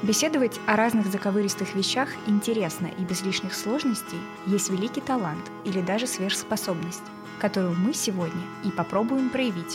Беседовать о разных заковыристых вещах интересно и без лишних сложностей есть великий талант или даже сверхспособность, которую мы сегодня и попробуем проявить.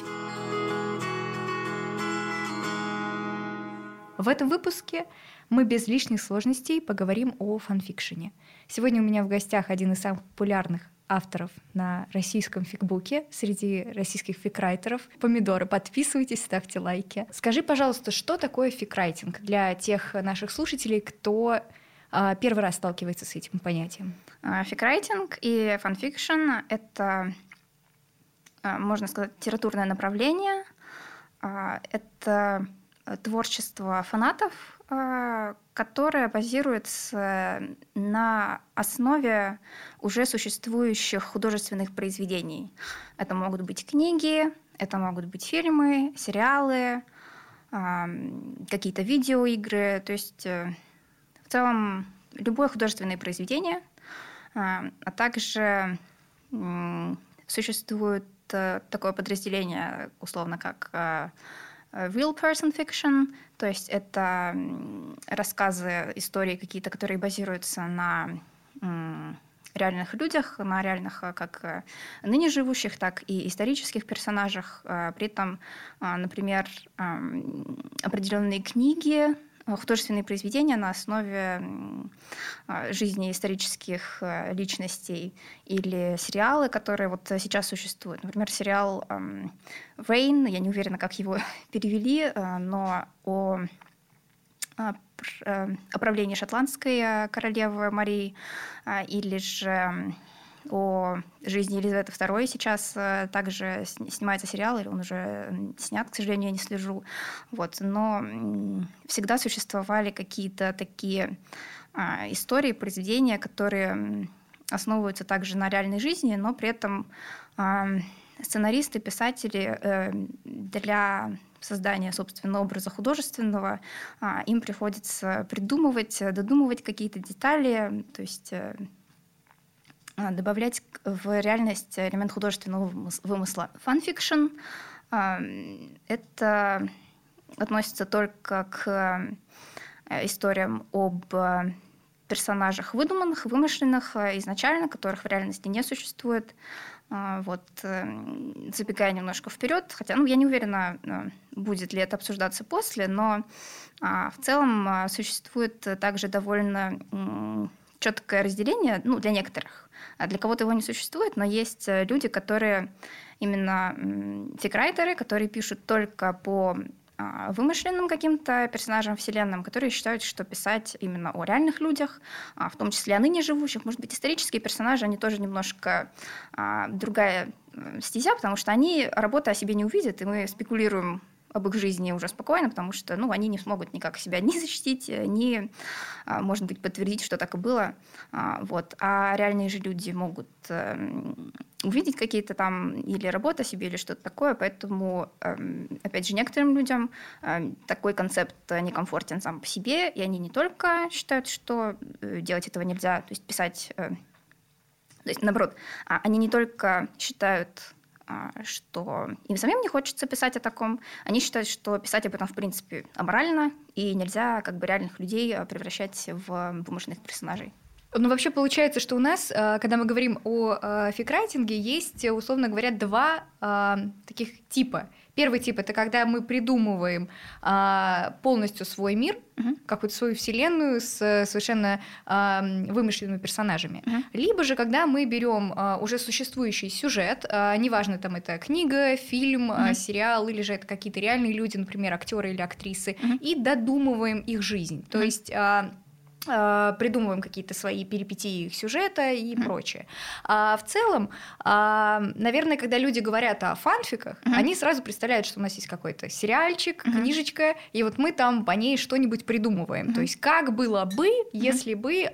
В этом выпуске мы без лишних сложностей поговорим о фанфикшене. Сегодня у меня в гостях один из самых популярных авторов на российском фикбуке среди российских фикрайтеров. Помидоры, подписывайтесь, ставьте лайки. Скажи, пожалуйста, что такое фикрайтинг для тех наших слушателей, кто первый раз сталкивается с этим понятием? Фикрайтинг и фанфикшн — это, можно сказать, литературное направление. Это творчество фанатов, которое базируется на основе уже существующих художественных произведений. Это могут быть книги, это могут быть фильмы, сериалы, какие-то видеоигры. То есть в целом любое художественное произведение, а также существует такое подразделение, условно, как real person fiction, то есть это рассказы, истории какие-то, которые базируются на реальных людях, на реальных как ныне живущих, так и исторических персонажах. При этом, например, определенные книги, художественные произведения на основе жизни исторических личностей или сериалы, которые вот сейчас существуют. Например, сериал «Рейн», я не уверена, как его перевели, но о правлении шотландской королевы Марии, или же о жизни Елизаветы II сейчас также снимается сериал, или он уже снят, к сожалению, я не слежу. Вот. Но всегда существовали какие-то такие истории, произведения, которые основываются также на реальной жизни, но при этом сценаристы, писатели для создания собственного образа художественного им приходится придумывать, додумывать какие-то детали, то есть добавлять в реальность элемент художественного вымысла. Фанфикшн — это относится только к историям об персонажах выдуманных, вымышленных изначально, которых в реальности не существует. Вот, забегая немножко вперед, хотя я не уверена, будет ли это обсуждаться после, но в целом существует также довольно четкое разделение, для некоторых. Для кого-то его не существует, но есть люди, которые именно фикрайтеры, которые пишут только по вымышленным каким-то персонажам вселенным, которые считают, что писать именно о реальных людях, в том числе о ныне живущих, может быть, исторические персонажи, они тоже немножко другая стезя, потому что они работы о себе не увидят, и мы спекулируем об их жизни уже спокойно, потому что они не смогут никак себя ни защитить, ни, может быть, подтвердить, что так и было. Вот. А реальные же люди могут увидеть какие-то там или работы о себе, или что-то такое. Поэтому, опять же, некоторым людям такой концепт некомфортен сам по себе, и они не только считают, что делать этого нельзя, то есть писать... То есть, наоборот, они не только считают, что им самим не хочется писать о таком, они считают, что писать об этом, в принципе, аморально, и нельзя реальных людей превращать в вымышленных персонажей. Вообще получается, что у нас, когда мы говорим о фикрайтинге, есть, условно говоря, два таких типа. Первый тип — это когда мы придумываем полностью свой мир, какую-то свою вселенную с совершенно вымышленными персонажами. Либо же, когда мы берем уже существующий сюжет, неважно, там это книга, фильм, сериал, или же это какие-то реальные люди, например, актеры или актрисы, и додумываем их жизнь. То есть придумываем какие-то свои перипетии их сюжета и прочее. В целом, наверное, когда люди говорят о фанфиках, они сразу представляют, что у нас есть какой-то сериальчик, книжечка, и вот мы там по ней что-нибудь придумываем. То есть как было бы, если бы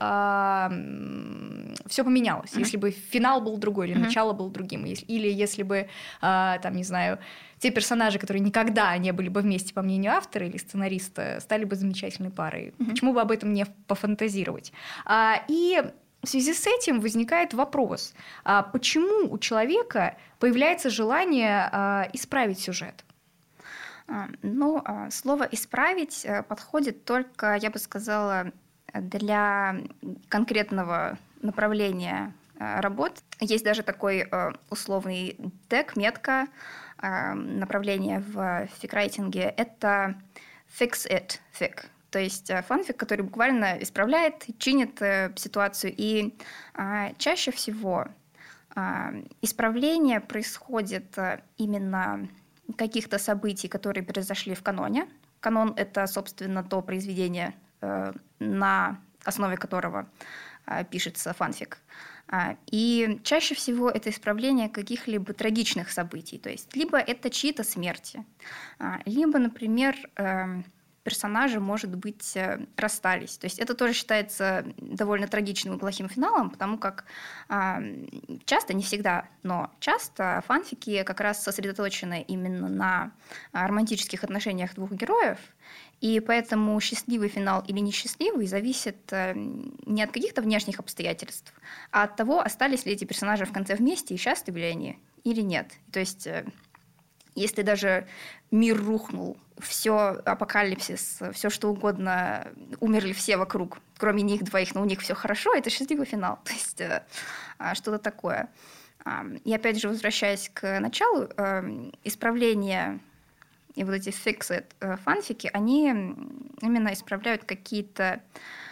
все поменялось, если бы финал был другой, или начало было другим, или если бы, там, не знаю, те персонажи, которые никогда не были бы вместе, по мнению автора или сценариста, стали бы замечательной парой. Почему бы об этом не пофантазировать? И в связи с этим возникает вопрос, почему у человека появляется желание исправить сюжет? Слово «исправить» подходит только, я бы сказала, для конкретного направления работ. Есть даже такой условный тег, метка направления в фикрайтинге. Это «fix it» fig. То есть фанфик, который буквально исправляет, чинит ситуацию. И чаще всего исправление происходит именно каких-то событий, которые произошли в каноне. Канон — это, собственно, то произведение, на основе которого пишется фанфик. И чаще всего это исправление каких-либо трагичных событий. То есть либо это чьи-то смерти, либо, например, персонажи, может быть, расстались. То есть это тоже считается довольно трагичным и плохим финалом, потому как часто, не всегда, но часто фанфики как раз сосредоточены именно на романтических отношениях двух героев, и поэтому счастливый финал или несчастливый зависит не от каких-то внешних обстоятельств, а от того, остались ли эти персонажи в конце вместе и счастливы ли они или нет. То есть если даже мир рухнул, все, апокалипсис, все что угодно, умерли все вокруг, кроме них двоих, но у них все хорошо, это счастливый финал. То есть что-то такое. И опять же, возвращаясь к началу, исправление и вот эти fix-it фанфики, они именно исправляют какие-то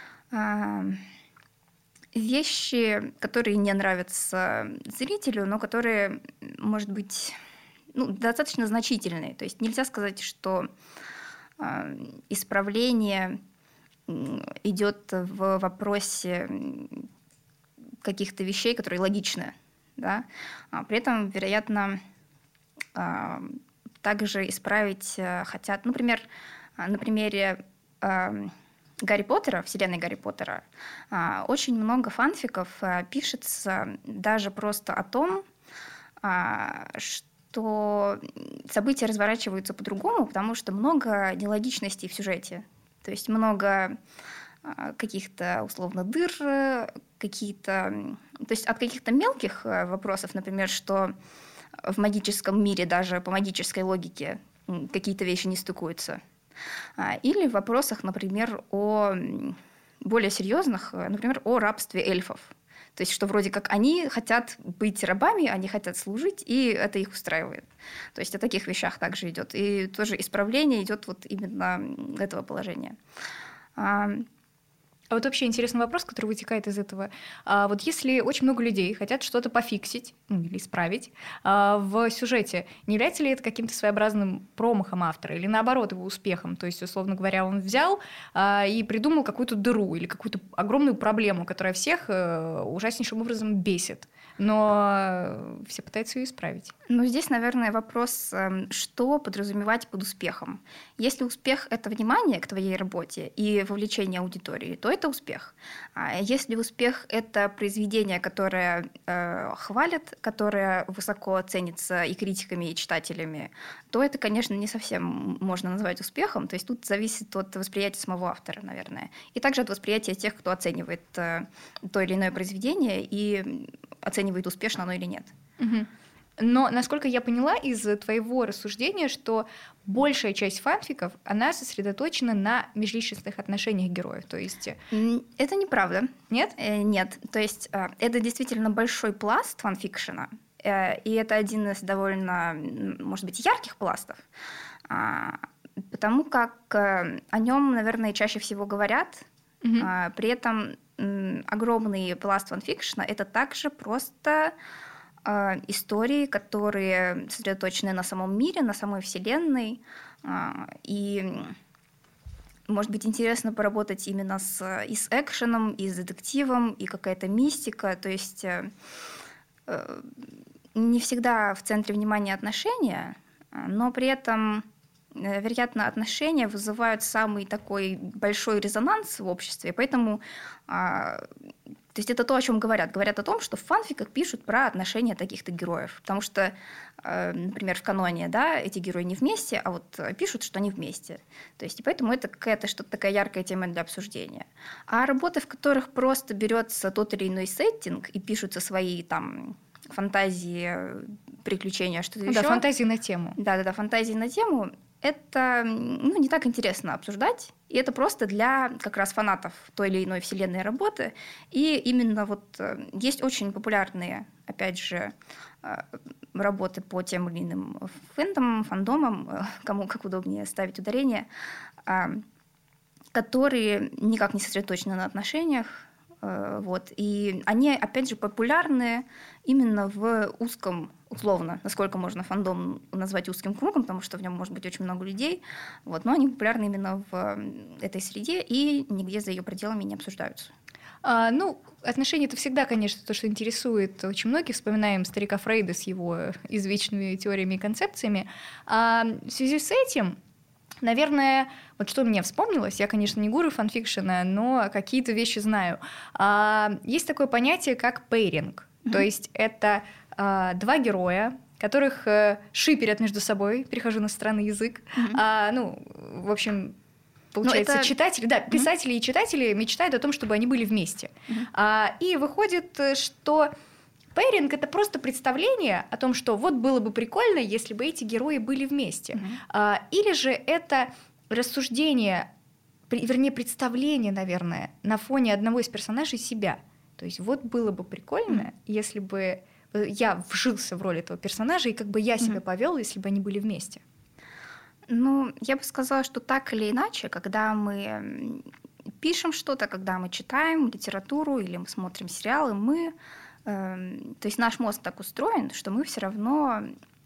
вещи, которые не нравятся зрителю, но которые, может быть, достаточно значительные. То есть нельзя сказать, что исправление идет в вопросе каких-то вещей, которые логичны. Да? При этом, вероятно, также исправить хотят, например, на примере Гарри Поттера, вселенной Гарри Поттера, очень много фанфиков пишется даже просто о том, что события разворачиваются по-другому, потому что много нелогичностей в сюжете. То есть много каких-то, условно, дыр, какие-то... То есть от каких-то мелких вопросов, например, что в магическом мире даже по магической логике какие-то вещи не стыкуются. Или в вопросах, например, о более серьезных, например, о рабстве эльфов. То есть, что вроде как они хотят быть рабами, они хотят служить, и это их устраивает. То есть о таких вещах также идет. И тоже исправление идет вот именно этого положения. А вот вообще интересный вопрос, который вытекает из этого. Вот если очень много людей хотят что-то пофиксить, или исправить в сюжете, не является ли это каким-то своеобразным промахом автора или наоборот его успехом? То есть, условно говоря, он взял и придумал какую-то дыру или какую-то огромную проблему, которая всех ужаснейшим образом бесит, но все пытаются ее исправить. Здесь, наверное, вопрос, что подразумевать под успехом. Если успех — это внимание к твоей работе и вовлечение аудитории, то это успех. А если успех — это произведение, которое хвалят, которое высоко ценится и критиками, и читателями, то это, конечно, не совсем можно назвать успехом. То есть тут зависит от восприятия самого автора, наверное. И также от восприятия тех, кто оценивает то или иное произведение и оценивает, успешно оно или нет. Угу. Но, насколько я поняла из твоего рассуждения, что большая часть фанфиков, она сосредоточена на межличностных отношениях героев. То есть... Это неправда. Нет? Нет. То есть это действительно большой пласт фанфикшена, и это один из довольно, может быть, ярких пластов, потому как о нем, наверное, чаще всего говорят. При этом огромный пласт фанфикшена — это также просто истории, которые сосредоточены на самом мире, на самой вселенной. И, может быть, интересно поработать именно и с экшеном, и с детективом, и какая-то мистика. То есть не всегда в центре внимания отношения, но при этом, вероятно, отношения вызывают самый такой большой резонанс в обществе, поэтому... То есть это то, о чем говорят. Говорят о том, что в фанфиках пишут про отношения таких-то героев. Потому что, например, в каноне, да, эти герои не вместе, а вот пишут, что они вместе. То есть и поэтому это какая-то что-то такая яркая тема для обсуждения. А работы, в которых просто берется тот или иной сеттинг и пишутся свои там фантазии, приключения, что-то еще. Да, фантазии на тему. Да, фантазии на тему. это не так интересно обсуждать, и это просто для как раз фанатов той или иной вселенной работы. И именно есть очень популярные, опять же, работы по тем или иным фандомам, кому как удобнее ставить ударение, которые никак не сосредоточены на отношениях. И они, опять же, популярны именно в узком, условно, насколько можно фандом назвать узким кругом, потому что в нем может быть очень много людей, но они популярны именно в этой среде и нигде за ее пределами не обсуждаются. Отношения — это всегда, конечно, то, что интересует очень многих. Вспоминаем старика Фрейда с его извечными теориями и концепциями. В связи с этим, наверное, что мне вспомнилось, я, конечно, не гуру фанфикшена, но какие-то вещи знаю. Есть такое понятие, как пейринг. То есть это два героя, которых шиперят между собой, перехожу на странный язык. В общем, получается, читатели, писатели и читатели мечтают о том, чтобы они были вместе. И выходит, что пэринг — это просто представление о том, что было бы прикольно, если бы эти герои были вместе. Или же это рассуждение, представление, наверное, на фоне одного из персонажей себя. То есть было бы прикольно, если бы я вжился в роль этого персонажа, и как бы я себя повел, если бы они были вместе. Я бы сказала, что так или иначе, когда мы пишем что-то, когда мы читаем литературу или мы смотрим сериалы, то есть наш мозг так устроен, что мы все равно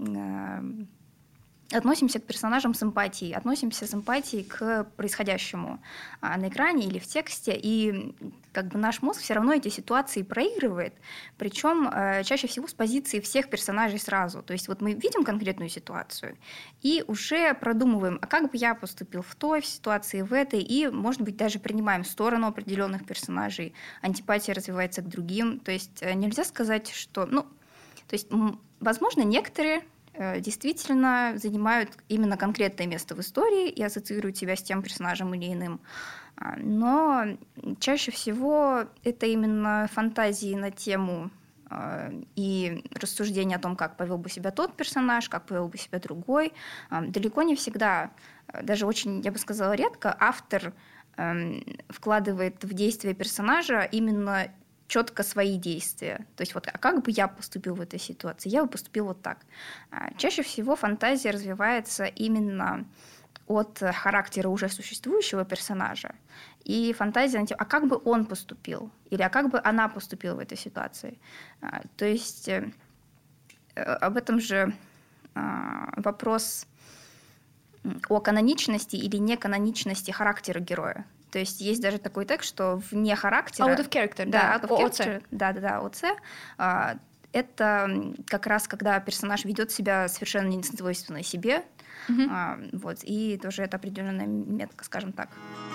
относимся к персонажам с эмпатией, относимся с эмпатией к происходящему на экране или в тексте, и как бы наш мозг все равно эти ситуации проигрывает, причем чаще всего с позиции всех персонажей сразу. То есть мы видим конкретную ситуацию и уже продумываем, а как бы я поступил в той ситуации, в этой, и, может быть, даже принимаем сторону определенных персонажей, антипатия развивается к другим. То есть нельзя сказать, что... возможно, некоторые действительно занимают именно конкретное место в истории и ассоциируют себя с тем персонажем или иным. Но чаще всего это именно фантазии на тему и рассуждения о том, как повел бы себя тот персонаж, как повел бы себя другой. Далеко не всегда, даже очень, я бы сказала, редко автор вкладывает в действия персонажа именно четко свои действия. То есть а как бы я поступил в этой ситуации? Я бы поступил вот так. Чаще всего фантазия развивается именно от характера уже существующего персонажа. И фантазия на тему, а как бы он поступил? Или а как бы она поступила в этой ситуации? То есть об этом же вопрос о каноничности или неканоничности характера героя. То есть есть даже такой текст, что вне характера... Out of character, да. Out of character, да, ОЦ. Это как раз когда персонаж ведет себя совершенно не свойственно себе. И тоже это определенная метка, скажем так.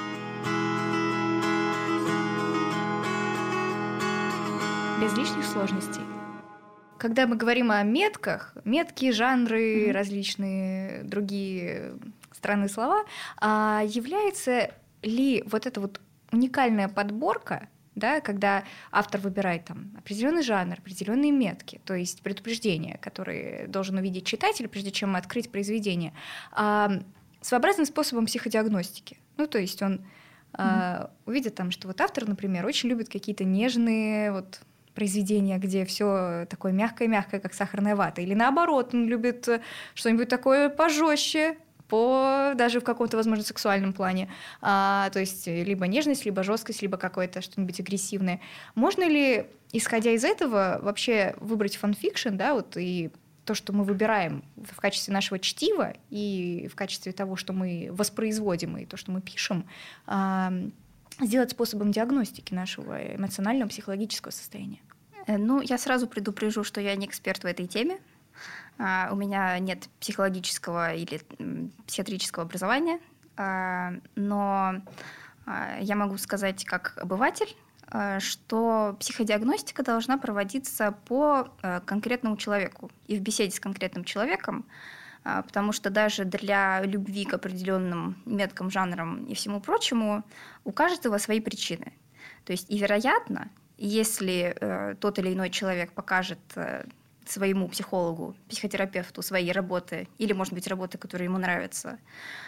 Без лишних сложностей. Когда мы говорим о метках, метки, жанры, различные другие странные слова, является ли эта уникальная подборка, да, когда автор выбирает определенный жанр, определенные метки, то есть предупреждения, которые должен увидеть читатель, прежде чем открыть произведение, своеобразным способом психодиагностики. То есть он увидит что автор, например, очень любит какие-то нежные произведения, где все такое мягкое-мягкое, как сахарная вата, или наоборот, он любит что-нибудь такое пожестче, даже в каком-то, возможно, сексуальном плане. То есть либо нежность, либо жесткость, либо какое-то что-нибудь агрессивное. Можно ли, исходя из этого, вообще выбрать фанфикшн, и то, что мы выбираем в качестве нашего чтива и в качестве того, что мы воспроизводим, и то, что мы пишем, сделать способом диагностики нашего эмоционального, психологического состояния? Я сразу предупрежу, что я не эксперт в этой теме. У меня нет психологического или психиатрического образования, но я могу сказать как обыватель, что психодиагностика должна проводиться по конкретному человеку и в беседе с конкретным человеком, потому что даже для любви к определенным меткам, жанрам и всему прочему у каждого свои причины. То есть и вероятно, если тот или иной человек покажет своему психологу, психотерапевту своей работы, или, может быть, работы, которая ему нравится,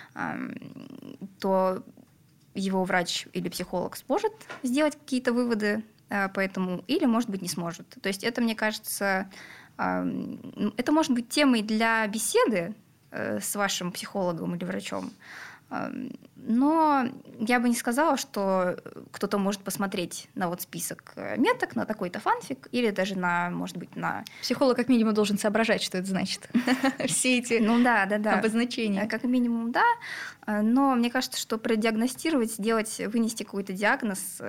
то его врач или психолог сможет сделать какие-то выводы по этому, или, может быть, не сможет. То есть это, мне кажется, это может быть темой для беседы с вашим психологом или врачом, но я бы не сказала, что кто-то может посмотреть на вот список меток, на такой-то фанфик, или даже на, может быть, на... Психолог как минимум должен соображать, что это значит. Все эти обозначения. Как минимум, да. Но мне кажется, что продиагностировать, вынести какой-то диагноз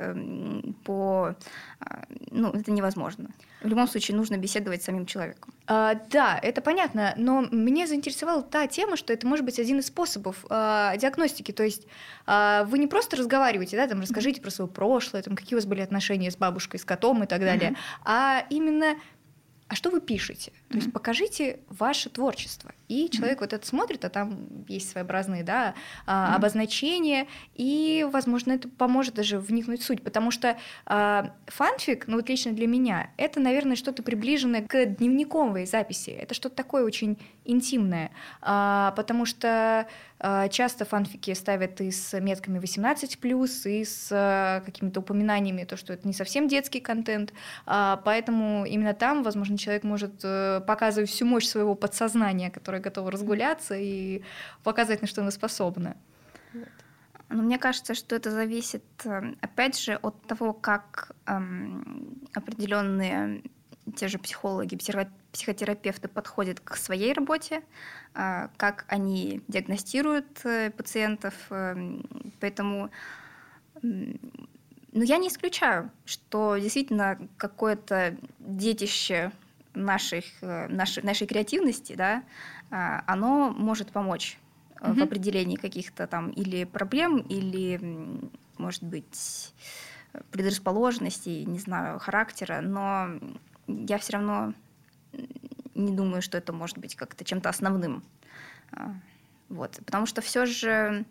это невозможно. В любом случае нужно беседовать с самим человеком. Да, это понятно, но меня заинтересовала та тема, что это может быть один из способов диагностики. То есть вы не просто разговариваете, да, там, расскажите про свое прошлое, там, какие у вас были отношения с бабушкой, с котом и так далее, а именно... А что вы пишете? То есть покажите ваше творчество. И человек вот это смотрит, а там есть своеобразные, да, обозначения, и, возможно, это поможет даже вникнуть в суть, потому что фанфик, вот лично для меня, это, наверное, что-то приближенное к дневниковой записи. Это что-то такое очень интимное, потому что часто фанфики ставят и с метками 18+, и с какими-то упоминаниями, то, что это не совсем детский контент, поэтому именно там, возможно, человек может показывать всю мощь своего подсознания, которое готово разгуляться и показывать, на что оно способно. Но мне кажется, что это зависит, опять же, от того, как определенные те же психологи, психотерапевты подходят к своей работе, как они диагностируют пациентов. Поэтому я не исключаю, что действительно какое-то детище нашей креативности, да, оно может помочь в определении каких-то там или проблем, или, может быть, предрасположенностей, не знаю, характера, но я все равно не думаю, что это может быть как-то чем-то основным. Вот. Потому что все же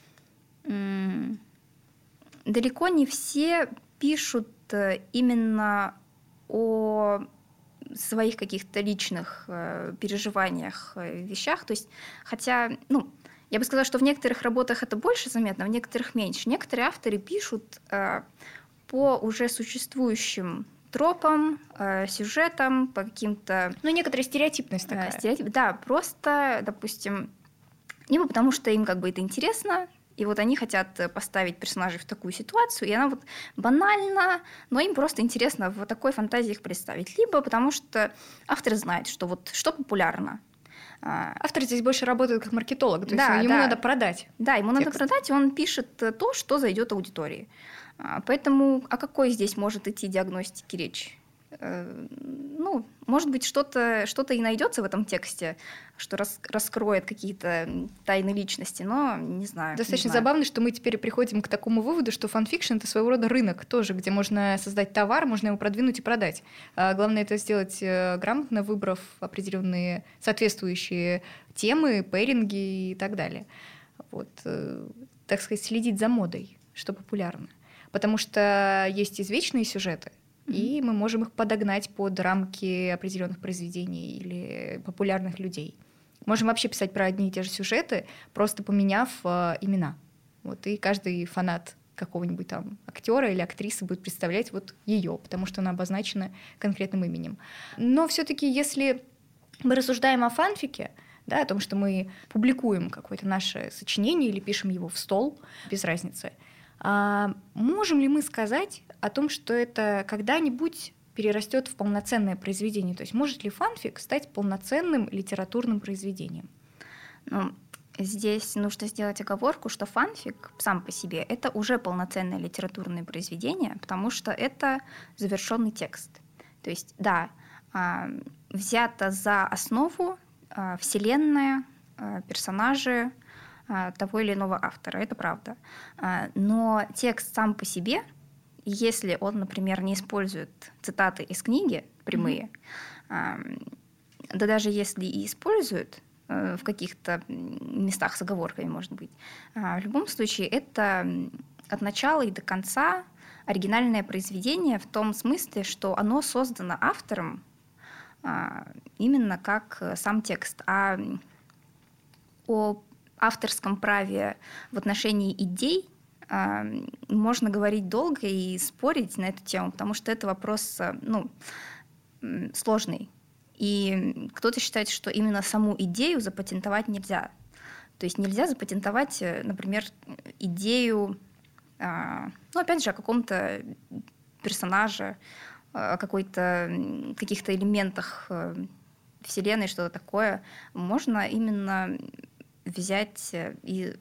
далеко не все пишут именно о своих каких-то личных переживаниях, вещах. То есть, хотя, я бы сказала, что в некоторых работах это больше заметно, в некоторых меньше. Некоторые авторы пишут по уже существующим тропам, сюжетам, по каким-то... некоторая стереотипность такая. Да, просто, допустим, либо потому что им как бы это интересно, и вот они хотят поставить персонажей в такую ситуацию, и она вот банальна, но им просто интересно в такой фантазии их представить. Либо потому что автор знает, что вот что популярно. Автор здесь больше работает как маркетолог, то есть ему надо продать. Да, ему надо продать, и он пишет то, что зайдет аудитории. Поэтому о какой здесь может идти диагностике речь? Может быть, что-то и найдется в этом тексте, что раскроет какие-то тайны личности, но не знаю. Достаточно забавно, что мы теперь приходим к такому выводу, что фанфикшн — это своего рода рынок тоже, где можно создать товар, можно его продвинуть и продать. Главное это сделать грамотно, выбрав определенные соответствующие темы, пэринги и так далее. Вот, так сказать, следить за модой, что популярно. Потому что есть извечные сюжеты, и мы можем их подогнать под рамки определенных произведений или популярных людей. Можем вообще писать про одни и те же сюжеты, просто поменяв имена. Вот, и каждый фанат какого-нибудь там актера или актрисы будет представлять вот ее, потому что она обозначена конкретным именем. Но все-таки, если мы рассуждаем о фанфике, да, о том, что мы публикуем какое-то наше сочинение или пишем его в стол, без разницы, можем ли мы сказать о том, что это когда-нибудь перерастет в полноценное произведение? То есть может ли фанфик стать полноценным литературным произведением? Здесь нужно сделать оговорку, что фанфик сам по себе — это уже полноценное литературное произведение, потому что это завершенный текст. То есть, да, взято за основу вселенная, персонажи того или иного автора, это правда. Но текст сам по себе, если он, например, не использует цитаты из книги прямые, да даже если и использует в каких-то местах с оговорками, может быть, в любом случае это от начала и до конца оригинальное произведение в том смысле, что оно создано автором именно как сам текст. А о авторском праве в отношении идей можно говорить долго и спорить на эту тему, потому что это вопрос сложный. И кто-то считает, что именно саму идею запатентовать нельзя. То есть нельзя запатентовать, например, идею, опять же, о каком-то персонаже, о каких-то элементах Вселенной, что-то такое. Можно именно взять и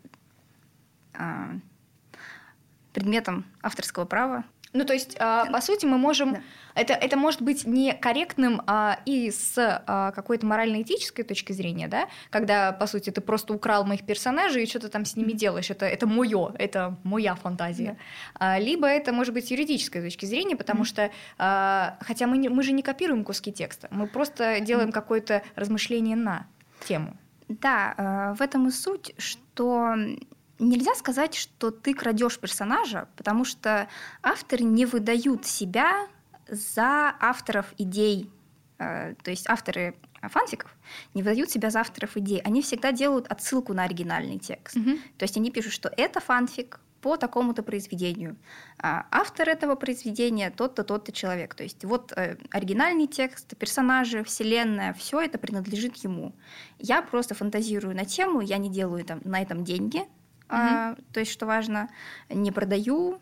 предметом авторского права. Ну, то есть, по сути, мы можем... Да. Это может быть некорректным и с какой-то морально-этической точки зрения, да? Когда, по сути, ты просто украл моих персонажей и что-то там с ними делаешь. Это моя фантазия. Да. Либо это может быть с юридической точки зрения, потому что, хотя мы же не копируем куски текста, мы просто делаем какое-то размышление на тему. Да, в этом и суть, что... Нельзя сказать, что ты крадешь персонажа, потому что авторы не выдают себя за авторов идей. То есть авторы фанфиков не выдают себя за авторов идей. Они всегда делают отсылку на оригинальный текст. То есть они пишут, что это фанфик по такому-то произведению. Автор этого произведения тот-то, тот-то человек. То есть вот оригинальный текст, персонажи, вселенная, все это принадлежит ему. Я просто фантазирую на тему, я не делаю на этом деньги. То есть, что важно, не продаю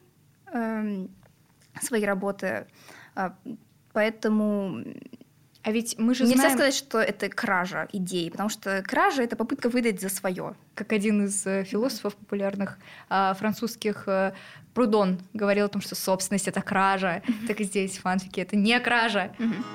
свои работы, поэтому... А ведь мы же нельзя сказать, что это кража идей, потому что кража — это попытка выдать за свое. Как один из философов популярных французских, Прудон, говорил о том, что собственность — это кража, так и здесь фанфики — это не кража.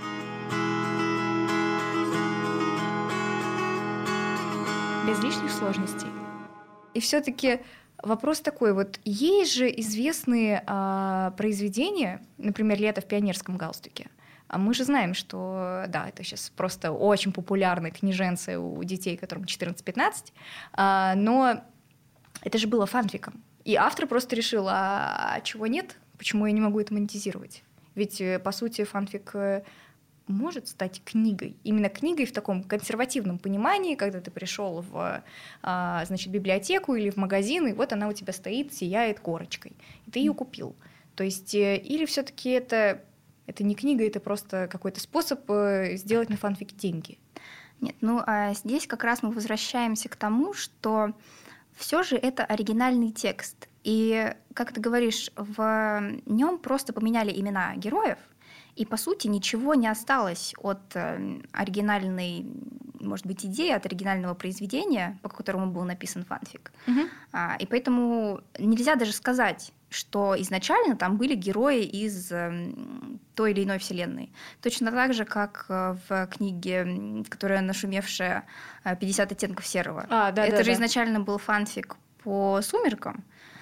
Без лишних сложностей. И все-таки вопрос такой, вот есть же известные произведения, например, «Лето в пионерском галстуке». А мы же знаем, что, да, это сейчас просто очень популярные книженцы у детей, которым 14-15, но это же было фанфиком. И автор просто решил, а чего нет, почему я не могу это монетизировать? Ведь, по сути, фанфик может стать книгой. Именно книгой в таком консервативном понимании, когда ты пришел в библиотеку или в магазин, и вот она у тебя стоит, сияет корочкой, и ты ее купил. То есть или все-таки это не книга, это просто какой-то способ сделать на фанфике деньги? Нет, а здесь как раз мы возвращаемся к тому, что все же это оригинальный текст. И, как ты говоришь, в нем просто поменяли имена героев, и, по сути, ничего не осталось от оригинальной, может быть, идеи, от оригинального произведения, по которому был написан фанфик. И поэтому нельзя даже сказать, что изначально там были герои из той или иной вселенной. Точно так же, как в книге, которая нашумевшая «50 оттенков серого». Это же изначально был фанфик по «Сумеркам»,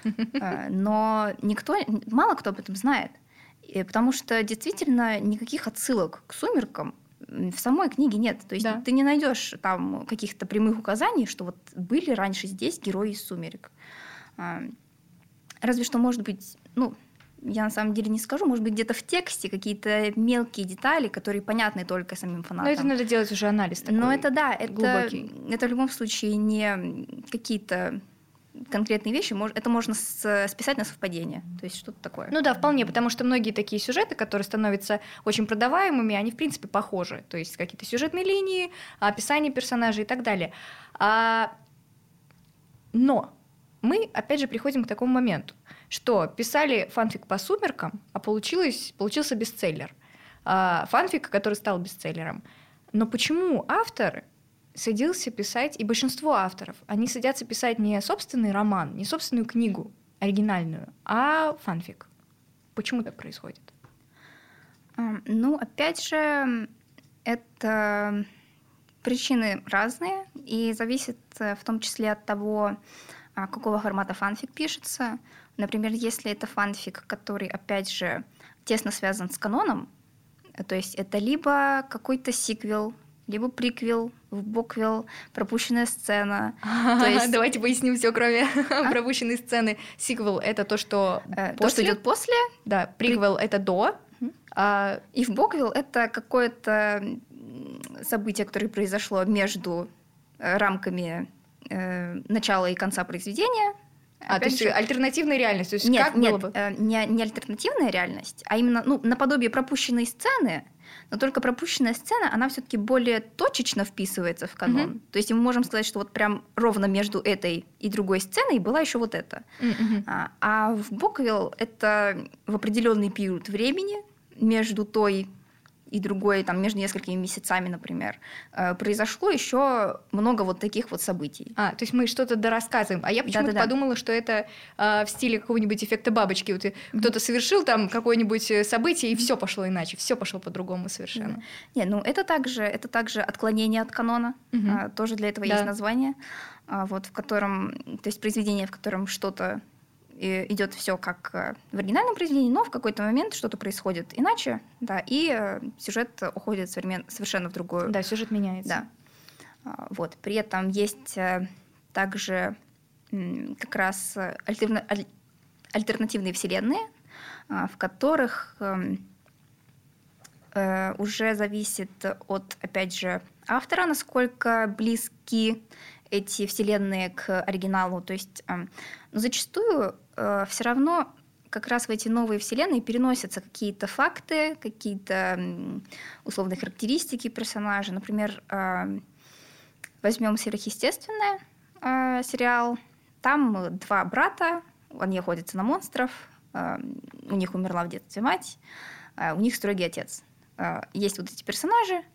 но мало кто об этом знает. Потому что действительно никаких отсылок к «Сумеркам» в самой книге нет. То есть ты не найдешь там каких-то прямых указаний, что вот были раньше здесь герои из «Сумерек». Разве что, может быть, я на самом деле не скажу, может быть, где-то в тексте какие-то мелкие детали, которые понятны только самим фанатам. Но это надо делать уже анализ такой глубокий. Но это в любом случае не какие-то конкретные вещи, это можно списать на совпадение, то есть что-то такое. Ну да, вполне, потому что многие такие сюжеты, которые становятся очень продаваемыми, они в принципе похожи, то есть какие-то сюжетные линии, описание персонажей и так далее. Но мы опять же приходим к такому моменту, что писали фанфик по «Сумеркам», а получился бестселлер. Фанфик, который стал бестселлером. Но почему авторы садился писать, и большинство авторов, они садятся писать не собственный роман, не собственную книгу оригинальную, а фанфик? Почему так происходит? Опять же, это причины разные, и зависит в том числе от того, какого формата фанфик пишется. Например, если это фанфик, который, опять же, тесно связан с каноном, то есть это либо какой-то сиквел, либо приквел, вбоквел, пропущенная сцена. Давайте поясним все, кроме пропущенной сцены. Сиквел — это то, что идет после. Да, приквел — это до. И вбоквел — это какое-то событие, которое произошло между рамками начала и конца произведения. То есть альтернативная реальность? То есть нет, как было бы? Не альтернативная реальность, а именно наподобие пропущенной сцены, но только пропущенная сцена, она все-таки более точечно вписывается в канон. То есть мы можем сказать, что вот прям ровно между этой и другой сценой была еще вот эта. А в Боквилл это в определенный период времени между той и другой, там, между несколькими месяцами, например, произошло еще много вот таких вот событий. То есть мы что-то дорассказываем. А я почему-то подумала, что это в стиле какого-нибудь эффекта бабочки. Вот кто-то совершил там какое-нибудь событие, и все пошло иначе, все пошло по-другому совершенно. Не, это также отклонение от канона. Тоже для этого есть название. Вот, в котором, то есть произведение, в котором что-то идет все как в оригинальном произведении, но в какой-то момент что-то происходит иначе, и сюжет уходит совершенно в другую. Да, сюжет меняется. Да. Вот. При этом есть также как раз альтернативные вселенные, в которых уже зависит от, опять же, автора, насколько близки эти вселенные к оригиналу. То есть зачастую все равно как раз в эти новые вселенные переносятся какие-то факты, какие-то условные характеристики персонажа. Например, возьмем «Сверхъестественное» сериал. Там 2 брата, они охотятся на монстров, у них умерла в детстве мать, у них строгий отец. Есть вот эти персонажи,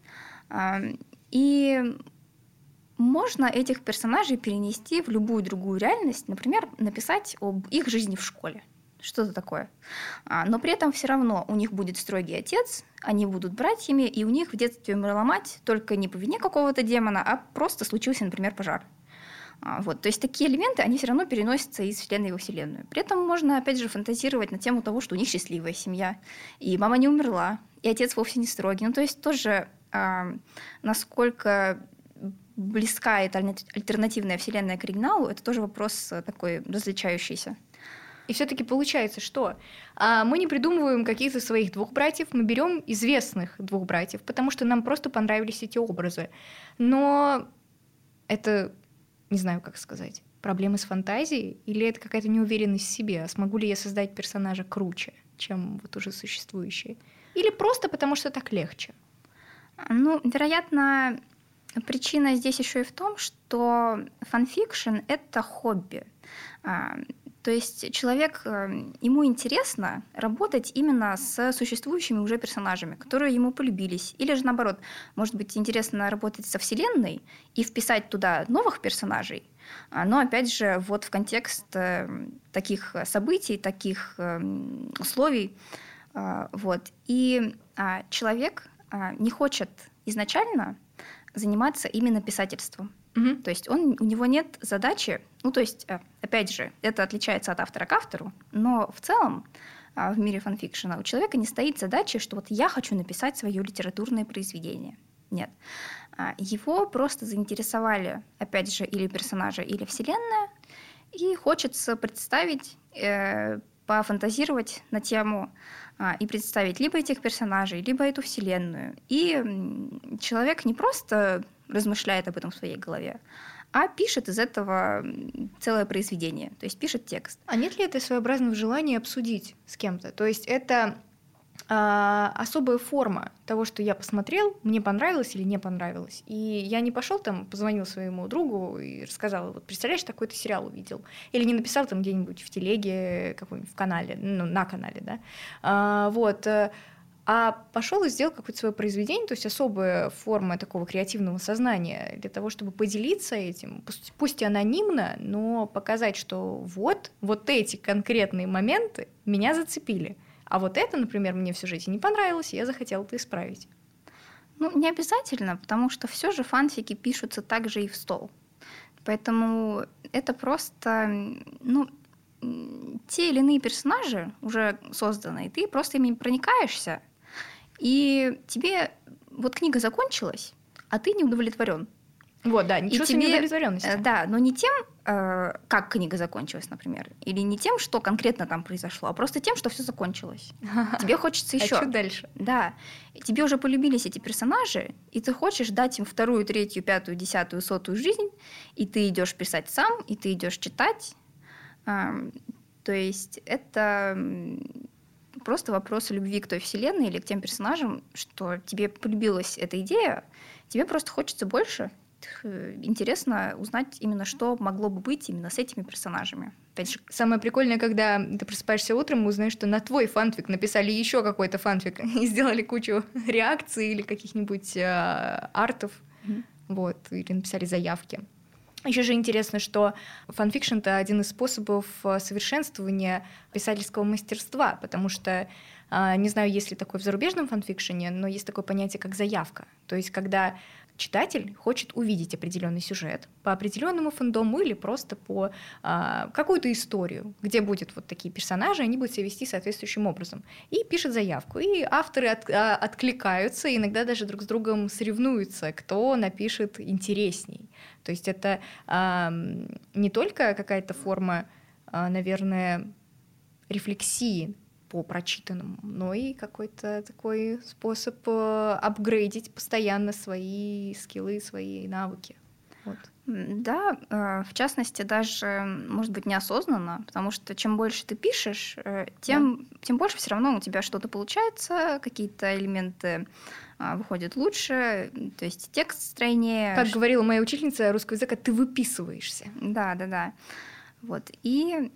и можно этих персонажей перенести в любую другую реальность, например, написать об их жизни в школе. Что-то такое. Но при этом все равно у них будет строгий отец, они будут братьями, и у них в детстве умерла мать, только не по вине какого-то демона, а просто случился, например, пожар. Вот. То есть такие элементы, они все равно переносятся из вселенной во вселенную. При этом можно, опять же, фантазировать на тему того, что у них счастливая семья, и мама не умерла, и отец вовсе не строгий. То есть тоже насколько близка эта альтернативная вселенная к оригиналу, это тоже вопрос такой различающийся. И все-таки получается, что мы не придумываем каких-то своих 2 братьев, мы берем известных 2 братьев, потому что нам просто понравились эти образы. Но это, не знаю, как сказать, проблемы с фантазией или это какая-то неуверенность в себе? Смогу ли я создать персонажа круче, чем вот уже существующие? Или просто потому, что так легче? Вероятно, причина здесь еще и в том, что фанфикшн — это хобби. То есть человек, ему интересно работать именно с существующими уже персонажами, которые ему полюбились. Или же наоборот, может быть, интересно работать со вселенной и вписать туда новых персонажей, но опять же вот в контекст таких событий, таких условий. Вот. И человек не хочет изначально заниматься именно писательством. То есть у него нет задачи, то есть, опять же, это отличается от автора к автору, но в целом в мире фанфикшена у человека не стоит задачи, что вот я хочу написать свое литературное произведение. Нет. Его просто заинтересовали, опять же, или персонажи, или вселенная, и хочется представить, пофантазировать на тему и представить либо этих персонажей, либо эту вселенную. И человек не просто размышляет об этом в своей голове, а пишет из этого целое произведение, то есть пишет текст. А нет ли это своеобразного желания обсудить с кем-то? То есть это особая форма того, что я посмотрел, мне понравилось или не понравилось. И я не пошел там, позвонил своему другу и рассказал, вот представляешь, такой-то сериал увидел. Или не написал там где-нибудь в телеге, какой-нибудь в канале, на канале, да. А пошел и сделал какое-то свое произведение, то есть особая форма такого креативного сознания для того, чтобы поделиться этим, пусть и анонимно, но показать, что вот эти конкретные моменты меня зацепили. А вот это, например, мне в сюжете не понравилось, и я захотела это исправить. Не обязательно, потому что все же фанфики пишутся также и в стол. Поэтому это просто, те или иные персонажи уже созданные, ты просто ими проникаешься, и тебе вот книга закончилась, а ты не удовлетворен. Вот, да, чувство неудовлетворенности. Да, но не тем, как книга закончилась, например, или не тем, что конкретно там произошло, а просто тем, что все закончилось. Тебе хочется еще. А что дальше? Да. Тебе уже полюбились эти персонажи, и ты хочешь дать им 2-ю, 3-ю, 5-ю, 10-ю, 100-ю жизнь, и ты идешь писать сам, и ты идешь читать. То есть это просто вопрос любви к той вселенной или к тем персонажам, что тебе полюбилась эта идея, тебе просто хочется больше. Интересно узнать именно, что могло бы быть именно с этими персонажами. Опять же, самое прикольное, когда ты просыпаешься утром и узнаешь, что на твой фанфик написали еще какой-то фанфик и сделали кучу реакций или каких-нибудь артов, вот, или написали заявки. Еще же интересно, что фанфикшн — это один из способов совершенствования писательского мастерства, потому что, не знаю, есть ли такое в зарубежном фанфикшене, но есть такое понятие, как заявка. То есть когда читатель хочет увидеть определенный сюжет по определенному фандому или просто по какую-то историю, где будут вот такие персонажи, они будут себя вести соответствующим образом. И пишет заявку. И авторы откликаются, иногда даже друг с другом соревнуются, кто напишет интересней. То есть это не только какая-то форма, наверное, рефлексии по прочитанному, но и какой-то такой способ апгрейдить постоянно свои скиллы, свои навыки. Вот. Да, в частности, даже, может быть, неосознанно, потому что чем больше ты пишешь, тем больше все равно у тебя что-то получается, какие-то элементы выходят лучше, то есть текст стройнее. Как говорила моя учительница русского языка, ты выписываешься. Да. Вот. И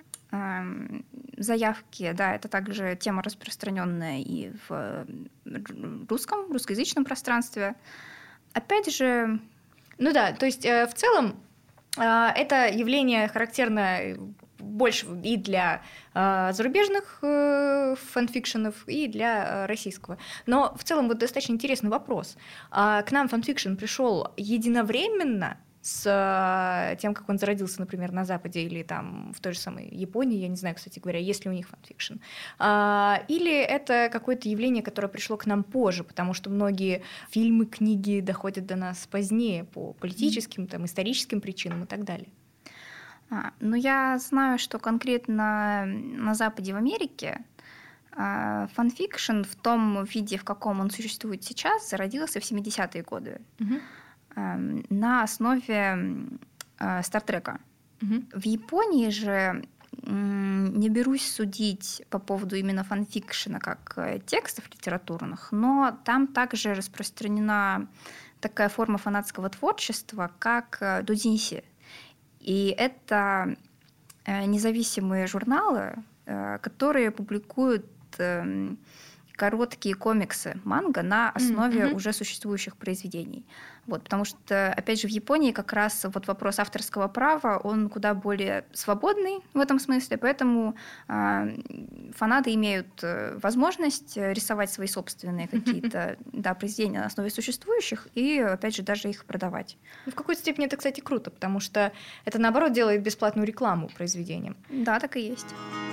заявки, да, это также тема распространенная и в русскоязычном пространстве. Опять же... Ну да, то есть в целом это явление характерно больше и для зарубежных фанфикшенов, и для российского. Но в целом вот достаточно интересный вопрос. К нам фанфикшн пришел единовременно с тем, как он зародился, например, на Западе или там в той же самой Японии, я не знаю, кстати говоря, есть ли у них фанфикшн, или это какое-то явление, которое пришло к нам позже, потому что многие фильмы, книги доходят до нас позднее по политическим, там, историческим причинам и так далее. Ну, я знаю, что конкретно на Западе, в Америке, фанфикшн в том виде, в каком он существует сейчас, зародился в 70-е годы. На основе Стартрека. В Японии же не берусь судить по поводу именно фанфикшена как текстов литературных, но там также распространена такая форма фанатского творчества, как додзинси. И это независимые журналы, которые публикуют короткие комиксы, манга на основе уже существующих произведений. Вот, потому что, опять же, в Японии как раз вот вопрос авторского права, он куда более свободный в этом смысле, поэтому фанаты имеют возможность рисовать свои собственные какие-то произведения на основе существующих и, опять же, даже их продавать. В какой-то степени это, кстати, круто, потому что это, наоборот, делает бесплатную рекламу произведениям. Да, так и есть.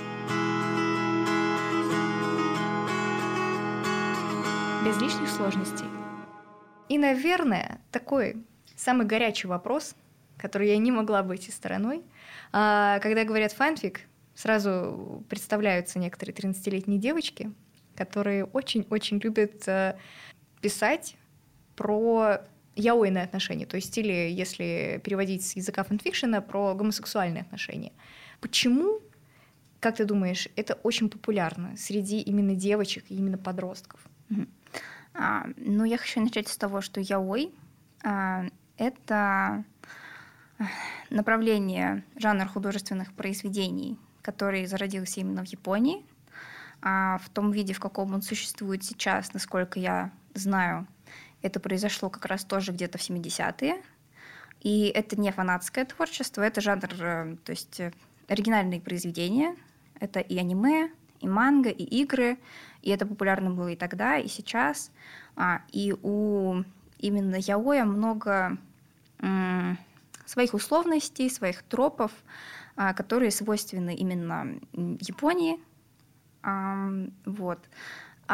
Без лишних сложностей. И, наверное, такой самый горячий вопрос, который я не могла обойти стороной. Когда говорят фанфик, сразу представляются некоторые 13-летние девочки, которые очень-очень любят писать про яойные отношения, то есть или, если переводить с языка фанфикшена, про гомосексуальные отношения. Почему, как ты думаешь, это очень популярно среди именно девочек и именно подростков? Ну, я хочу начать с того, что яой — это направление, жанр художественных произведений, который зародился именно в Японии. В том виде, в каком он существует сейчас, насколько я знаю, это произошло как раз тоже где-то в 70-е. И это не фанатское творчество, это жанр, то есть оригинальные произведения. Это и аниме, и манга, и игры. И это популярно было и тогда, и сейчас. И у именно яоя много своих условностей, своих тропов, которые свойственны именно Японии. Вот.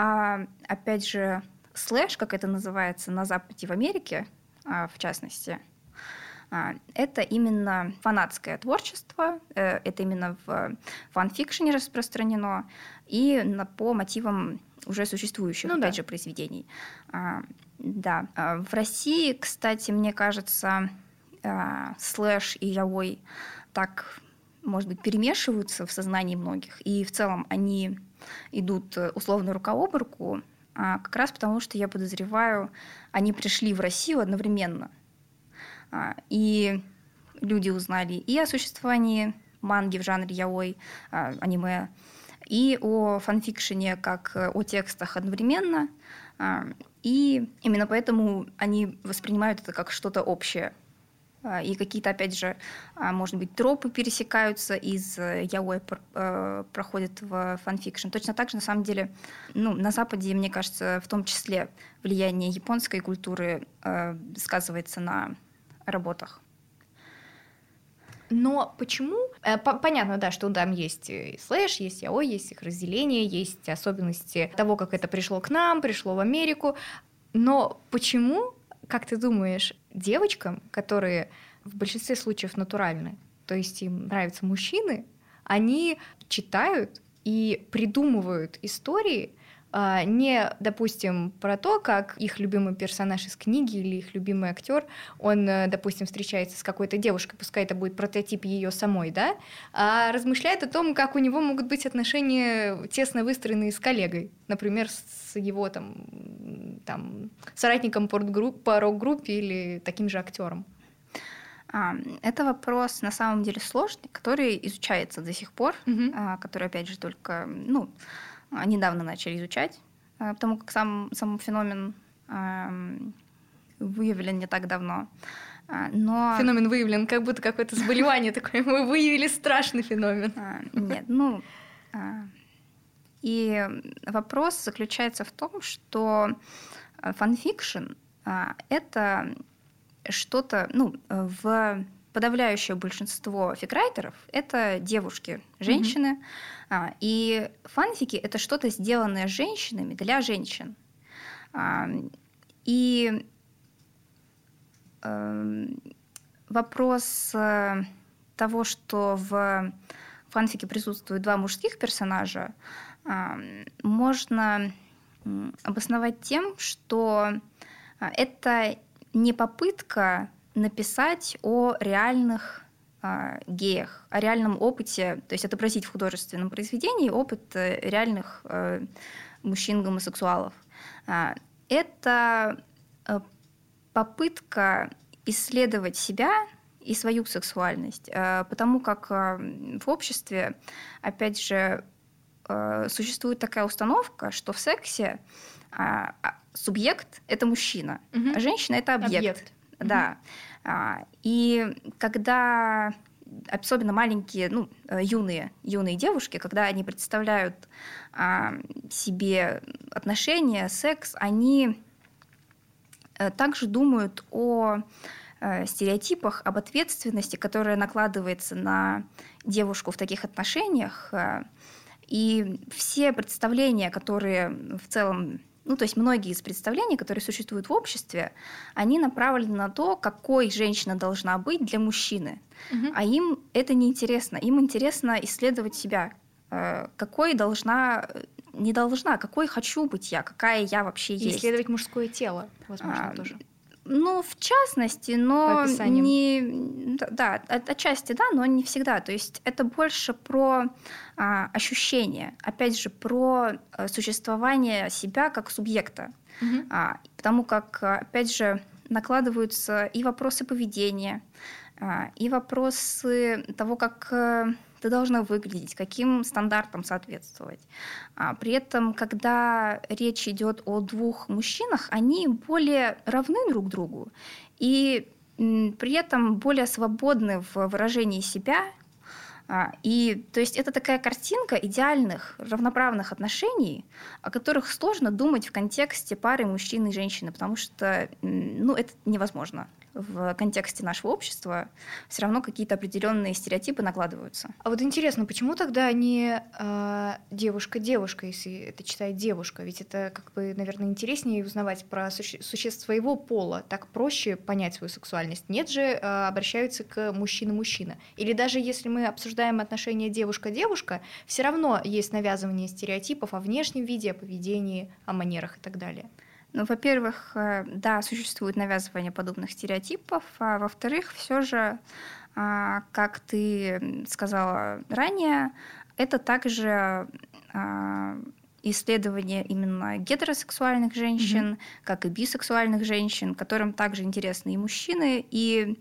Опять же, слэш, как это называется на Западе, в Америке, в частности, Это именно фанатское творчество, это именно в фанфикшене распространено и по мотивам уже существующих, опять же, произведений. Да. В России, кстати, мне кажется, слэш и яой так, может быть, перемешиваются в сознании многих, и в целом они идут условно рука об руку, как раз потому, что, я подозреваю, они пришли в Россию одновременно. И люди узнали и о существовании манги в жанре яой, аниме, и о фанфикшене как о текстах одновременно. И именно поэтому они воспринимают это как что-то общее. И какие-то, опять же, может быть, тропы пересекаются, из яой проходят в фанфикшн. Точно так же, на самом деле, на Западе, мне кажется, в том числе влияние японской культуры сказывается на работах. Но почему? Понятно, да, что там есть и слэш, есть яой, есть их разделение, есть особенности того, как это пришло к нам, пришло в Америку. Но почему, как ты думаешь, девочкам, которые в большинстве случаев натуральны, то есть им нравятся мужчины, они читают и придумывают истории, не, допустим, про то, как их любимый персонаж из книги или их любимый актер, он, допустим, встречается с какой-то девушкой, пускай это будет прототип ее самой, да, а размышляет о том, как у него могут быть отношения тесно выстроенные с коллегой, например, с его там соратником по рок-группе или таким же актером. Это вопрос на самом деле сложный, который изучается до сих пор, который, опять же, только недавно начали изучать, потому как сам феномен выявлен не так давно. Но... Феномен выявлен, как будто какое-то заболевание такое. Мы выявили страшный феномен. Нет, и вопрос заключается в том, что фанфикшн — это что-то, в подавляющее большинство фикрайтеров — это девушки, женщины, и фанфики — это что-то, сделанное женщинами для женщин. И вопрос того, что в фанфике присутствуют два мужских персонажа, можно обосновать тем, что это не попытка написать о реальных геях, о реальном опыте, то есть отобразить в художественном произведении опыт реальных мужчин-гомосексуалов. Это попытка исследовать себя и свою сексуальность, потому как в обществе, опять же, существует такая установка, что в сексе субъект — это мужчина, а женщина — это объект. Да. И когда особенно маленькие, юные девушки, когда они представляют себе отношения, секс, они также думают о стереотипах, об ответственности, которая накладывается на девушку в таких отношениях. И все представления, которые в целом, то есть многие из представлений, которые существуют в обществе, они направлены на то, какой женщина должна быть для мужчины. А им это не интересно. Им интересно исследовать себя. Какой не должна, какой хочу быть я, какая я вообще есть. И исследовать мужское тело, возможно, тоже. В частности, но не... Да, отчасти да, но не всегда. То есть это больше про ощущение, опять же, про существование себя как субъекта. Потому как, опять же, накладываются и вопросы поведения, и вопросы того, как ты должна выглядеть, каким стандартам соответствовать. При этом, когда речь идет о двух мужчинах, они более равны друг другу и при этом более свободны в выражении себя. И, то есть это такая картинка идеальных, равноправных отношений, о которых сложно думать в контексте пары мужчины и женщины, потому что это невозможно. в контексте нашего общества все равно какие-то определенные стереотипы накладываются. А вот интересно, почему тогда не девушка-девушка, если это читает девушка? Ведь это, как бы, наверное, интереснее узнавать про существ своего пола. Так проще понять свою сексуальность. Нет же, обращаются к мужчина-мужчина. Или даже если мы обсуждаем отношения девушка-девушка, все равно есть навязывание стереотипов о внешнем виде, о поведении, о манерах и так далее. Ну, во-первых, да, существует навязывание подобных стереотипов, а во-вторых, все же, как ты сказала ранее, это также исследование именно гетеросексуальных женщин, как и бисексуальных женщин, которым также интересны и мужчины. И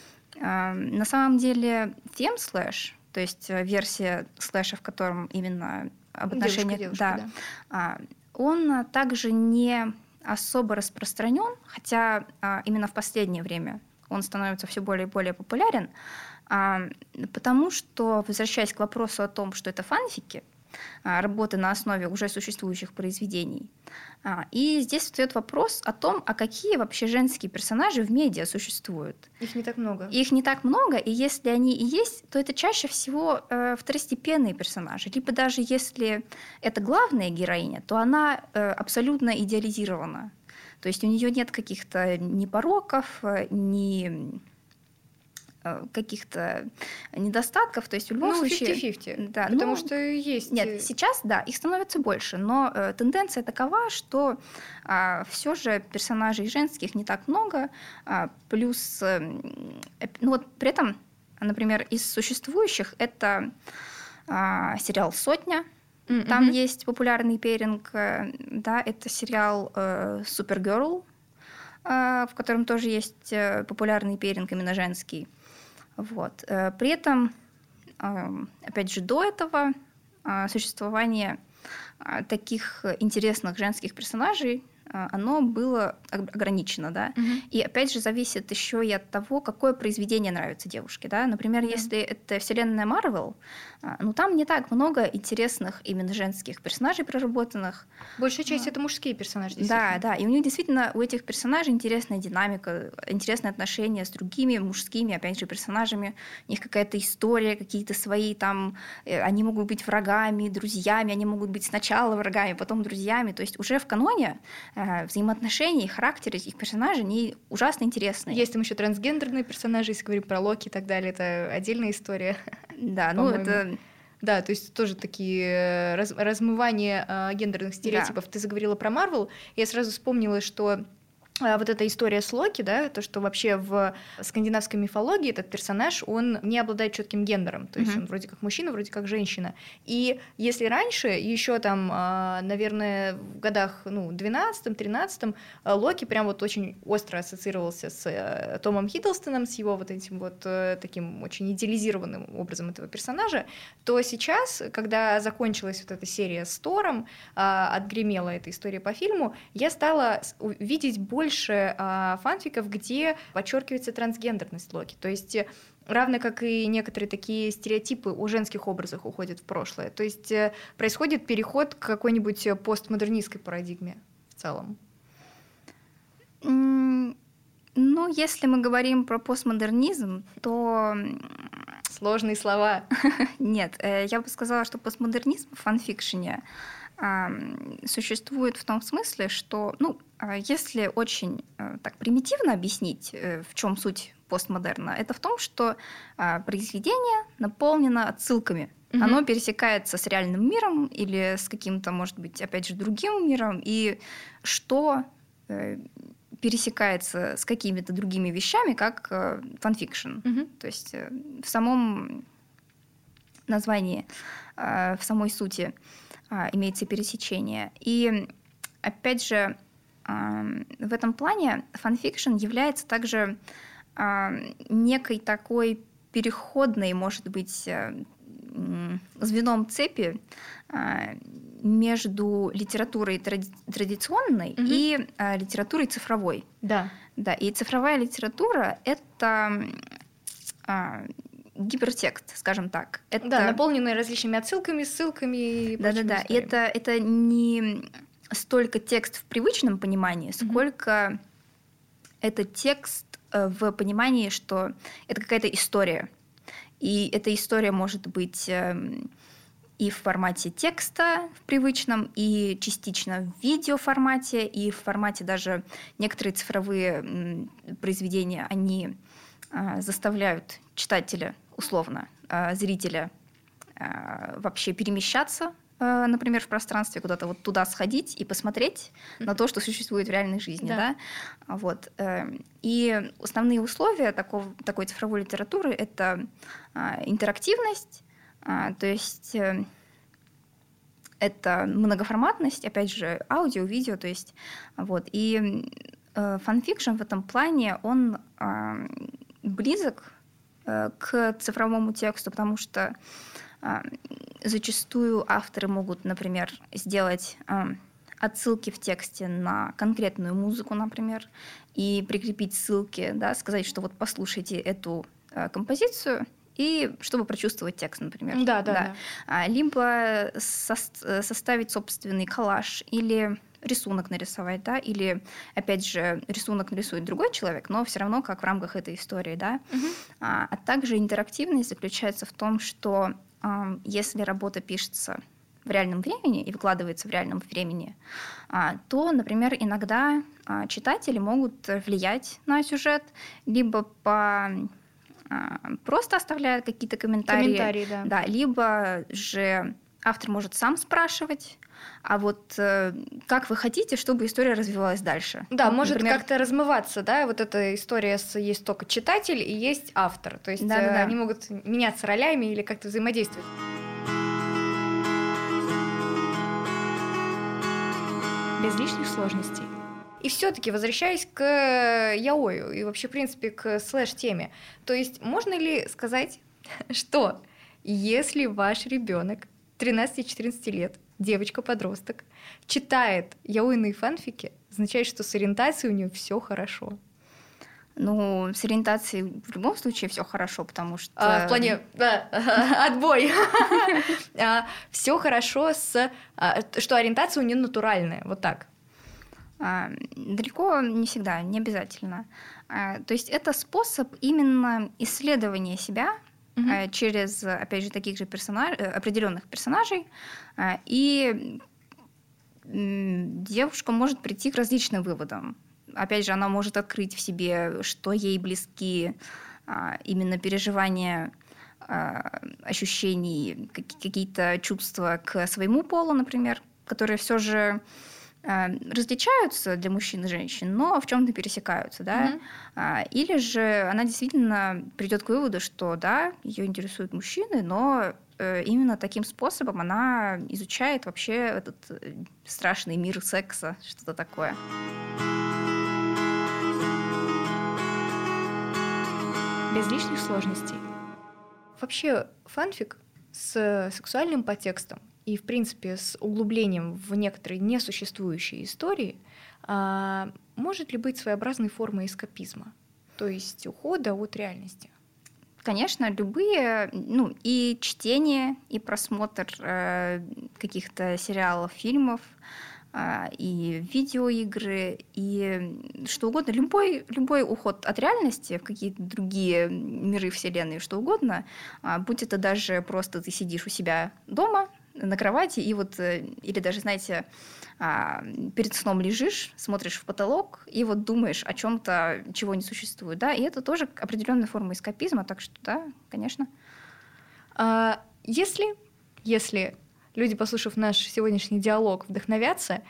на самом деле фем-слэш, то есть версия слэша, в котором именно об отношениях, да, он также не особо распространен, хотя именно в последнее время он становится все более и более популярен, потому что, возвращаясь к вопросу о том, что это фанфики, работы на основе уже существующих произведений. И здесь встает вопрос о том, а какие вообще женские персонажи в медиа существуют. Их не так много. Их не так много, и если они и есть, то это чаще всего второстепенные персонажи. Либо даже если это главная героиня, то она абсолютно идеализирована. То есть у нее нет каких-то ни пороков, ни каких-то недостатков, то есть в любом случае... 50-50, да, потому что есть... Нет, сейчас, да, их становится больше, но тенденция такова, что все же персонажей женских не так много, плюс, ну вот при этом, например, из существующих это сериал «Сотня», там есть популярный пейринг, да, это сериал «Супергерл», в котором тоже есть популярный пейринг именно женский. Вот. При этом, опять же, до этого существование таких интересных женских персонажей, оно было ограничено, да. И опять же зависит еще и от того, какое произведение нравится девушке, да. Например, если это вселенная Марвел, ну там не так много интересных именно женских персонажей проработанных. Большая часть это мужские персонажи, действительно. Да, и у них действительно, у этих персонажей интересная динамика, интересные отношения с другими мужскими, опять же, персонажами. У них какая-то история, какие-то свои там, они могут быть врагами, друзьями, они могут быть сначала врагами, потом друзьями. То есть уже в каноне взаимоотношения и характеры этих персонажей, они ужасно интересные. Есть там еще трансгендерные персонажи, если говорим про Локи и так далее, это отдельная история. Да, ну это... Да, то есть тоже такие размывания гендерных стереотипов. Да. Ты заговорила про Марвел, я сразу вспомнила, что вот эта история с Локи, да, то, что вообще в скандинавской мифологии этот персонаж, он не обладает четким гендером, то есть он вроде как мужчина, вроде как женщина. И если раньше, еще там, наверное, в годах 12-13, Локи прям вот очень остро ассоциировался с Томом Хиддлстоном, с его вот этим вот таким очень идеализированным образом этого персонажа, то сейчас, когда закончилась вот эта серия с Тором, отгремела эта история по фильму, я стала видеть больше фанфиков, где подчеркивается трансгендерность Локи. То есть равно как и некоторые такие стереотипы о женских образах уходят в прошлое. То есть происходит переход к какой-нибудь постмодернистской парадигме в целом. Ну, если мы говорим про постмодернизм, то... Сложные слова. Нет, я бы сказала, что постмодернизм в фанфикшене существует в том смысле, что, если очень так примитивно объяснить, в чем суть постмодерна, это в том, что произведение наполнено отсылками. Оно пересекается с реальным миром или с каким-то, может быть, опять же, другим миром, и что пересекается с какими-то другими вещами, как фанфикшн. То есть в самом названии, в самой сути имеется пересечение. И, опять же, в этом плане фанфикшн является также некой такой переходной, может быть, звеном цепи между литературой традиционной и литературой цифровой. Да. Да, и цифровая литература — это гипертекст, скажем так. Это... Да, наполненный различными отсылками, ссылками и прочими Да. И это не столько текст в привычном понимании, сколько это текст в понимании, что это какая-то история. И эта история может быть и в формате текста в привычном, и частично в видеоформате, и в формате даже некоторые цифровые произведения, они заставляют читателя, условно, зрителя вообще перемещаться, например, в пространстве, куда-то вот туда сходить и посмотреть на то, что существует в реальной жизни. Да. Вот. И основные условия такой цифровой литературы — это интерактивность, то есть это многоформатность, опять же, аудио, видео, то есть вот. И фанфикшн в этом плане, он близок к цифровому тексту, потому что зачастую авторы могут, например, сделать отсылки в тексте на конкретную музыку, например, и прикрепить ссылки, да, сказать, что вот послушайте эту композицию, и чтобы прочувствовать текст, например. Да. Либо составить собственный коллаж или рисунок нарисовать, да, или, опять же, рисунок нарисует другой человек, но все равно как в рамках этой истории, да. А также интерактивность заключается в том, что если работа пишется в реальном времени и выкладывается в реальном времени, то, например, иногда читатели могут влиять на сюжет, либо просто оставляя какие-то комментарии, да, либо же автор может сам спрашивать, а вот как вы хотите, чтобы история развивалась дальше? Да, может, например, как-то размываться, да, вот эта история есть только читатель и есть автор, то есть они могут меняться ролями или как-то взаимодействовать. Без лишних сложностей. И все-таки возвращаясь к яою и вообще, в принципе, к слэш-теме, то есть можно ли сказать, что если ваш ребенок 13-14 лет, девочка-подросток, читает яойные фанфики, означает, что с ориентацией у нее все хорошо? Ну, с ориентацией в любом случае все хорошо, потому что... В плане, да, отбой. Все хорошо, что ориентация у нее натуральная, вот так. Далеко не всегда, не обязательно. То есть это способ именно исследования себя через, опять же, таких же определенных персонажей. И девушка может прийти к различным выводам. Опять же, она может открыть в себе, что ей близки именно переживания, ощущений, какие-то чувства к своему полу, например, которые все же различаются для мужчин и женщин, но в чем-то пересекаются, да. Или же она действительно придет к выводу, что да, ее интересуют мужчины, но именно таким способом она изучает вообще этот страшный мир секса, что-то такое. Без лишних сложностей. Вообще фанфик с сексуальным подтекстом и, в принципе, с углублением в некоторые несуществующие истории может ли быть своеобразной формой эскапизма, то есть ухода от реальности? Конечно, любые, и чтение, и просмотр каких-то сериалов, фильмов, и видеоигры, и что угодно. Любой уход от реальности в какие-то другие миры, вселенные, что угодно, будь это даже просто ты сидишь у себя дома на кровати, и вот, или даже, знаете, перед сном лежишь, смотришь в потолок и вот думаешь о чем-то, чего не существует, да, и это тоже определенная форма эскапизма, так что, да, конечно. Если люди, послушав наш сегодняшний диалог, вдохновятся,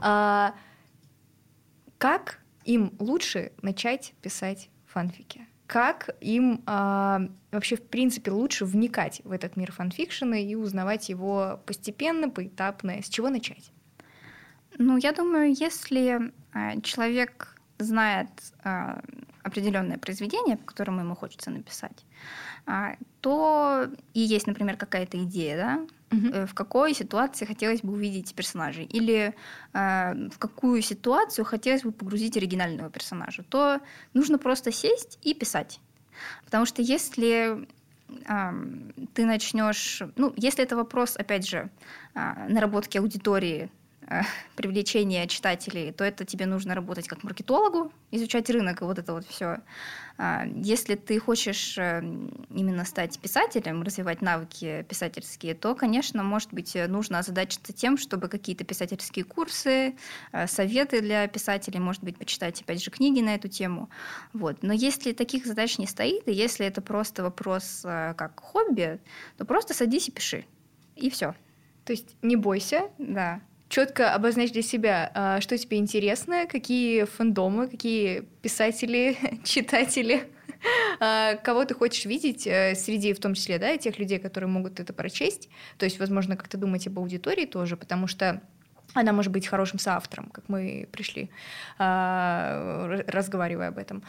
как им лучше начать писать фанфики? Как им вообще, в принципе, лучше вникать в этот мир фанфикшена и узнавать его постепенно, поэтапно? С чего начать? Я думаю, если человек знает определенное произведение, по которому ему хочется написать, то и есть, например, какая-то идея, да, в какой ситуации хотелось бы увидеть персонажей, или в какую ситуацию хотелось бы погрузить оригинального персонажа, то нужно просто сесть и писать. Потому что если ты начнешь... если это вопрос, опять же, наработки аудитории, привлечения читателей, то это тебе нужно работать как маркетологу, изучать рынок и вот это вот все. Если ты хочешь именно стать писателем, развивать навыки писательские, то, конечно, может быть, нужно озадачиться тем, чтобы какие-то писательские курсы, советы для писателей, может быть, почитать, опять же, книги на эту тему. Вот. Но если таких задач не стоит, и если это просто вопрос как хобби, то просто садись и пиши. И все. То есть не бойся. Да. Четко обозначь для себя, что тебе интересно, какие фандомы, какие писатели, читатели, кого ты хочешь видеть среди, в том числе, да, тех людей, которые могут это прочесть. То есть, возможно, как-то думать об аудитории тоже, потому что она может быть хорошим соавтором, как мы пришли, разговаривая об этом.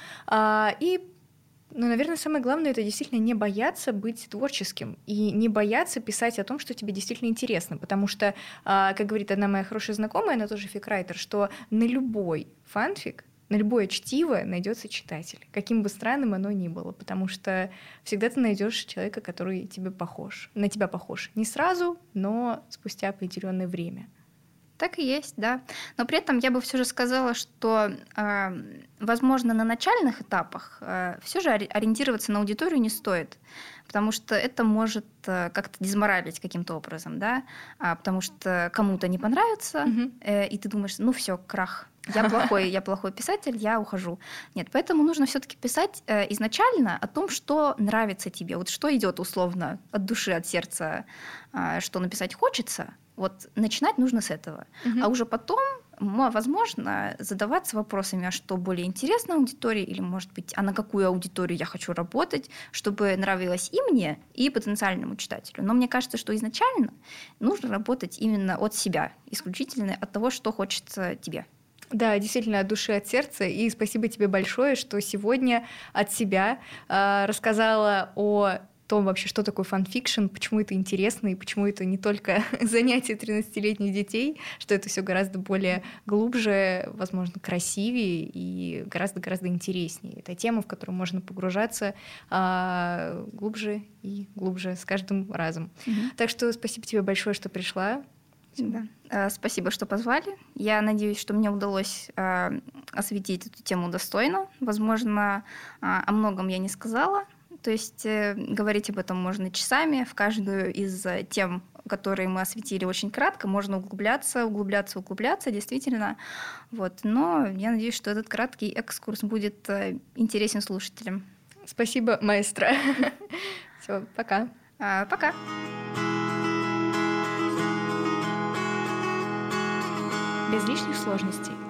Наверное, самое главное — это действительно не бояться быть творческим и не бояться писать о том, что тебе действительно интересно, потому что, как говорит одна моя хорошая знакомая, она тоже фикрайтер, что на любой фанфик, на любое чтиво найдется читатель, каким бы странным оно ни было, потому что всегда ты найдешь человека, который на тебя похож. Не сразу, но спустя определенное время. Так и есть, да. Но при этом я бы все же сказала, что, возможно, на начальных этапах все же ориентироваться на аудиторию не стоит, потому что это может как-то дезморалить каким-то образом, да, потому что кому-то не понравится, и ты думаешь, ну все, крах. Я плохой писатель, я ухожу. Нет, поэтому нужно все-таки писать изначально о том, что нравится тебе, вот что идет условно от души, от сердца, что написать хочется. Вот начинать нужно с этого. А уже потом, возможно, задаваться вопросами, а что более интересно аудитории, или, может быть, а на какую аудиторию я хочу работать, чтобы нравилось и мне, и потенциальному читателю. Но мне кажется, что изначально нужно работать именно от себя, исключительно от того, что хочется тебе. Да, действительно, от души, от сердца. И спасибо тебе большое, что сегодня от себя рассказала о том вообще, что такое фанфикшн, почему это интересно и почему это не только занятие 13-летних детей, что это все гораздо более глубже, возможно, красивее и гораздо-гораздо интереснее. Это тема, в которую можно погружаться глубже и глубже с каждым разом. Так что спасибо тебе большое, что пришла. Да. Спасибо, что позвали. Я надеюсь, что мне удалось осветить эту тему достойно. Возможно, о многом я не сказала. То есть говорить об этом можно часами. В каждую из тем, которые мы осветили очень кратко, можно углубляться, действительно. Вот. Но я надеюсь, что этот краткий экскурс будет интересен слушателям. Спасибо, маэстро. Все, пока. Пока. Без лишних сложностей.